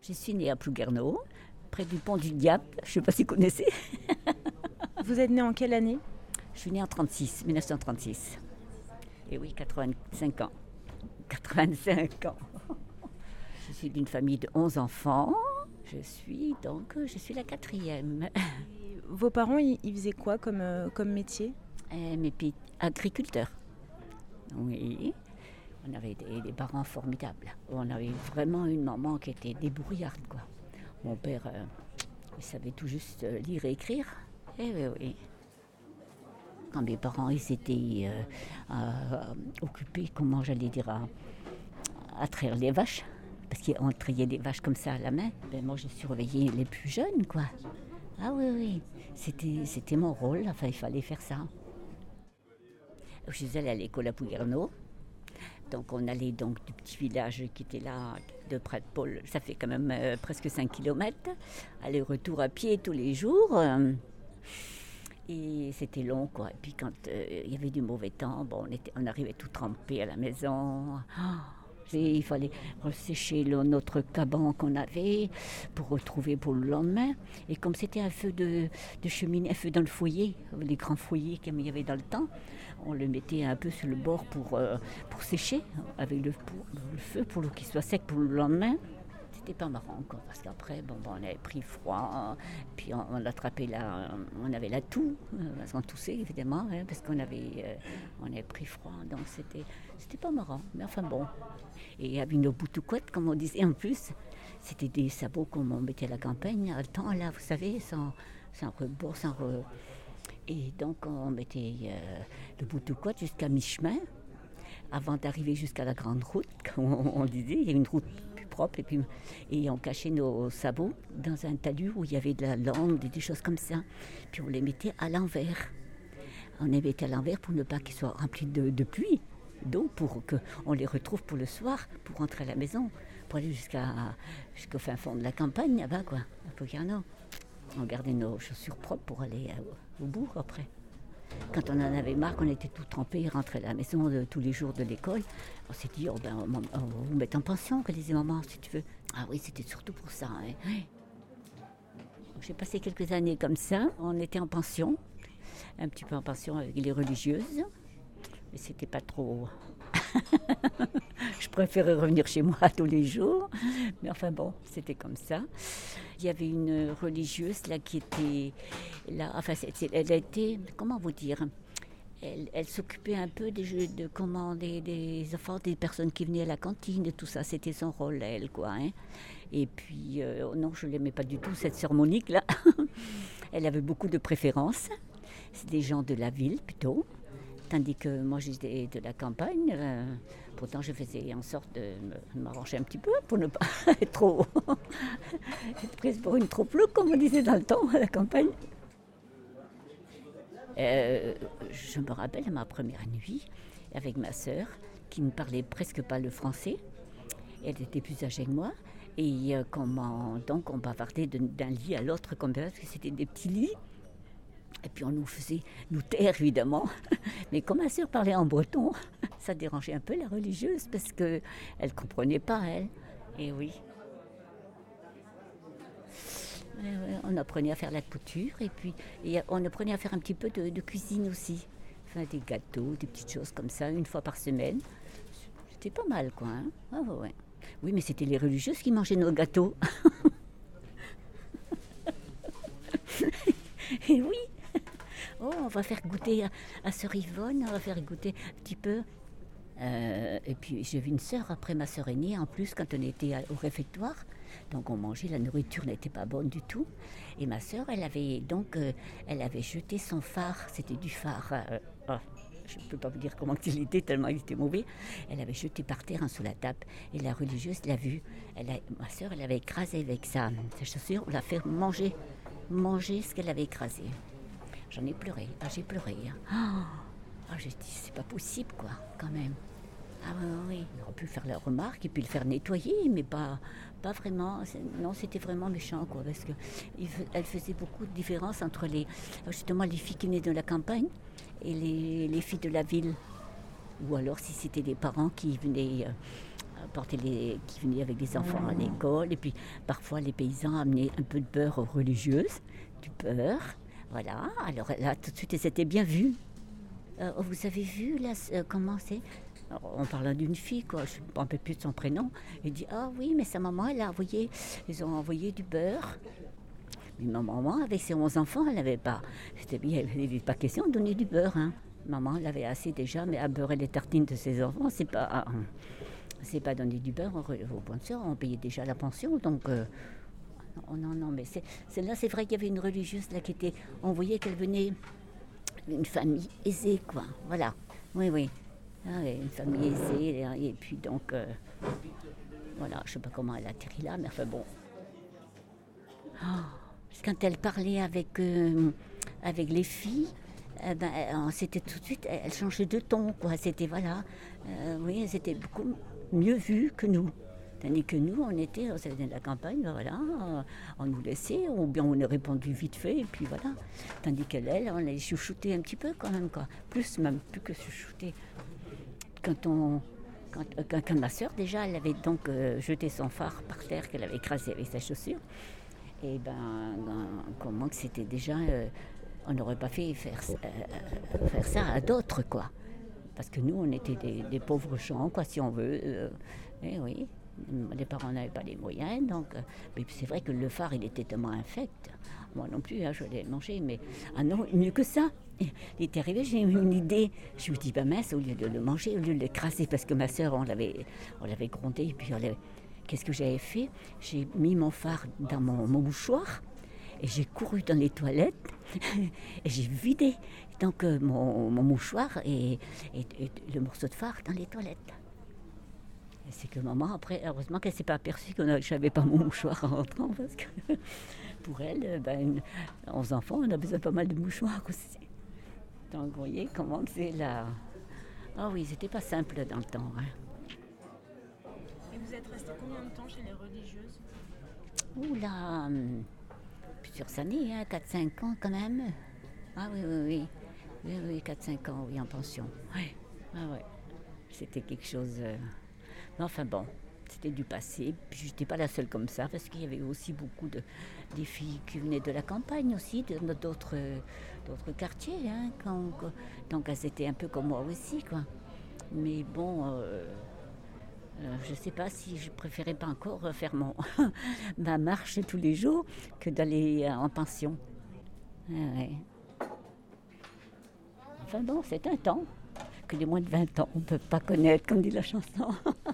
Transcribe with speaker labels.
Speaker 1: Je suis née à Plouguerneau, près du pont du Diable. Je ne sais pas si vous connaissez.
Speaker 2: Vous êtes née en quelle année?
Speaker 1: Je suis née en 1936. Et oui, 85 ans. 85 ans. Je suis d'une famille de 11 enfants. Je suis la quatrième.
Speaker 2: Et vos parents, ils faisaient quoi comme métier?
Speaker 1: Agriculteurs. Oui. On avait des parents formidables. On avait vraiment une maman qui était débrouillarde, quoi. Mon père, il savait tout juste lire et écrire. Eh oui, oui. Quand mes parents ils étaient occupés, comment j'allais dire, à traire les vaches, parce qu'on trayait des vaches comme ça à la main, moi j'ai surveillé les plus jeunes, quoi. Ah oui, oui, c'était mon rôle, enfin il fallait faire ça. Je suis allée à l'école à Plouguerneau. Donc on allait donc du petit village qui était là, de près de Pôle, ça fait quand même presque 5 kilomètres, aller-retour à pied tous les jours. Et c'était long, quoi. Et puis quand il y avait du mauvais temps, on arrivait tout trempé à la maison. Et il fallait ressécher notre caban qu'on avait pour retrouver pour le lendemain. Et comme c'était un feu de cheminée, un feu dans le foyer, les grands foyers qu'il y avait dans le temps, on le mettait un peu sur le bord pour sécher avec le feu pour qu'il soit sec pour le lendemain. C'était pas marrant, quoi, parce qu'après, on avait pris froid, puis on attrapait on avait la toux, parce qu'on toussait évidemment, parce qu'on avait pris froid, donc c'était pas marrant, mais enfin bon. Et avec nos boutouquettes, comme on disait en plus, c'était des sabots qu'on mettait à la campagne, à le temps là, vous savez, sans rebord, Et donc on mettait le boutouquette jusqu'à mi-chemin, avant d'arriver jusqu'à la grande route, comme on disait, il y a une route plus propre, et on cachait nos sabots dans un talus où il y avait de la lande et des choses comme ça. Puis on les mettait à l'envers. On les mettait à l'envers pour ne pas qu'ils soient remplis de pluie, d'eau, pour qu'on les retrouve pour le soir, pour rentrer à la maison, pour aller jusqu'au fin fond de la campagne, là-bas, quoi, à Plouguerneau. On gardait nos chaussures propres pour aller au bourg après. Quand on en avait marre, qu'on était tout trempés, rentrer à la maison tous les jours de l'école, on s'est dit, on vous met en pension, que disait maman, si tu veux. Ah oui, c'était surtout pour ça. Hein. Oui. J'ai passé quelques années comme ça. On était en pension, un petit peu en pension avec les religieuses, mais c'était pas trop. Je préférais revenir chez moi tous les jours, mais enfin bon, c'était comme ça. Il y avait une religieuse là qui était là, enfin elle était, comment vous dire, elle s'occupait un peu des enfants, des personnes qui venaient à la cantine et tout ça, c'était son rôle elle, quoi. Hein. Et puis non, je l'aimais pas du tout cette sœur Monique là. Elle avait beaucoup de préférences. C'est des gens de la ville plutôt. Tandis que moi, j'étais de la campagne. Pourtant, je faisais en sorte de m'arranger un petit peu pour ne pas être trop être prise pour une trop floue, comme on disait dans le temps, à la campagne. Je me rappelle à ma première nuit avec ma sœur, qui ne parlait presque pas le français. Elle était plus âgée que moi. Et donc, on bavardait d'un lit à l'autre, comme ça, parce que c'était des petits lits. Et puis on nous faisait nous taire, évidemment. Mais comme ma sœur parlait en breton, ça dérangeait un peu la religieuse, parce qu'elle ne comprenait pas, elle. Et oui. On apprenait à faire la couture, et puis on apprenait à faire un petit peu de cuisine aussi. Enfin, des gâteaux, des petites choses comme ça, une fois par semaine. C'était pas mal, quoi. Hein. Ah, ouais. Oui, mais c'était les religieuses qui mangeaient nos gâteaux. Et oui. Oh, on va faire goûter à sœur Yvonne, on va faire goûter un petit peu. Et puis j'ai vu une sœur après ma sœur aînée, en plus quand on était au réfectoire. Donc on mangeait, la nourriture n'était pas bonne du tout. Et ma sœur, elle avait jeté son phare, c'était du phare. Je ne peux pas vous dire comment il était, tellement il était mauvais. Elle avait jeté par terre sous la table. Et la religieuse l'a vu. Ma sœur, elle avait écrasé avec sa chaussure, on l'a fait manger ce qu'elle avait écrasé. J'en ai pleuré, j'ai pleuré. J'ai dit, c'est pas possible, quoi, quand même. Ah oui. On aurait pu faire la remarque et puis le faire nettoyer, mais pas vraiment. Non, c'était vraiment méchant, quoi, parce qu'elle faisait beaucoup de différence entre justement les filles qui venaient de la campagne et les filles de la ville. Ou alors si c'était des parents qui venaient qui venaient avec des enfants à l'école. Et puis parfois les paysans amenaient un peu de beurre aux religieuses, du beurre. Voilà, alors là tout de suite c'était bien vu. Vous avez vu là comment c'est? Alors, on parle d'une fille, quoi, je ne me rappelle plus de son prénom. Il dit ah oui, mais sa maman, ils ont envoyé du beurre. Mais ma maman, avec ses 11 enfants, elle n'avait pas. Il n'y avait pas question de donner du beurre. Hein. Maman, elle avait assez déjà, mais à beurrer les tartines de ses enfants, c'est pas donner du beurre aux bonnes sœurs. On payait déjà la pension, donc. Non, mais là, c'est vrai qu'il y avait une religieuse là qui était. On voyait qu'elle venait d'une famille aisée, quoi. Voilà. Oui. Ah, une famille aisée, et puis donc. Voilà, je ne sais pas comment elle a atterri là, mais enfin bon. Oh, quand elle parlait avec les filles, c'était tout de suite, elle changeait de ton, quoi. C'était voilà, oui, c'était beaucoup mieux vu que nous. Tandis que nous, on était de la campagne, voilà, on nous laissait, ou bien on a répondu vite fait, et puis voilà. Tandis qu'elle, on les chouchoutait un petit peu quand même, quoi. Plus que chouchouter. Quand ma sœur, déjà, elle avait donc jeté son phare par terre qu'elle avait écrasé avec sa chaussure. Et comment que c'était déjà, on n'aurait pas fait faire ça à d'autres, quoi. Parce que nous, on était des pauvres gens, quoi, si on veut. Et oui, les parents n'avaient pas les moyens, donc. Mais c'est vrai que le phare, il était tellement infect. Moi non plus, hein, je l'ai mangé, mais non, mieux que ça. Il est arrivé, j'ai eu une idée. Je me dis, mince, au lieu de le manger, au lieu de l'écraser, parce que ma sœur, on l'avait grondé, et puis qu'est-ce que j'avais fait? J'ai mis mon phare dans mon mouchoir et j'ai couru dans les toilettes et j'ai vidé donc mon mouchoir et le morceau de phare dans les toilettes. Et c'est que maman, après, heureusement qu'elle ne s'est pas aperçue que je n'avais pas mon mouchoir en rentrant, parce que pour elle, 11 enfants, on a besoin pas mal de mouchoirs aussi. Donc vous voyez comment c'est là. Ah oui, c'était pas simple dans le temps. Hein.
Speaker 2: Et vous êtes resté combien de temps chez les religieuses?
Speaker 1: Oula, plusieurs années, hein, 4-5 ans quand même. Ah oui, 4-5 ans, oui, en pension. Oui, c'était quelque chose. Mais enfin bon, c'était du passé. Puis je n'étais pas la seule comme ça, parce qu'il y avait aussi beaucoup des filles qui venaient de la campagne aussi, d'autres quartiers. Hein, donc elles étaient un peu comme moi aussi, quoi. Mais bon. Je ne sais pas si je préférais pas encore faire ma marche tous les jours que d'aller en pension. Ouais. Enfin bon, c'est un temps que les moins de 20 ans on ne peut pas connaître, comme dit la chanson.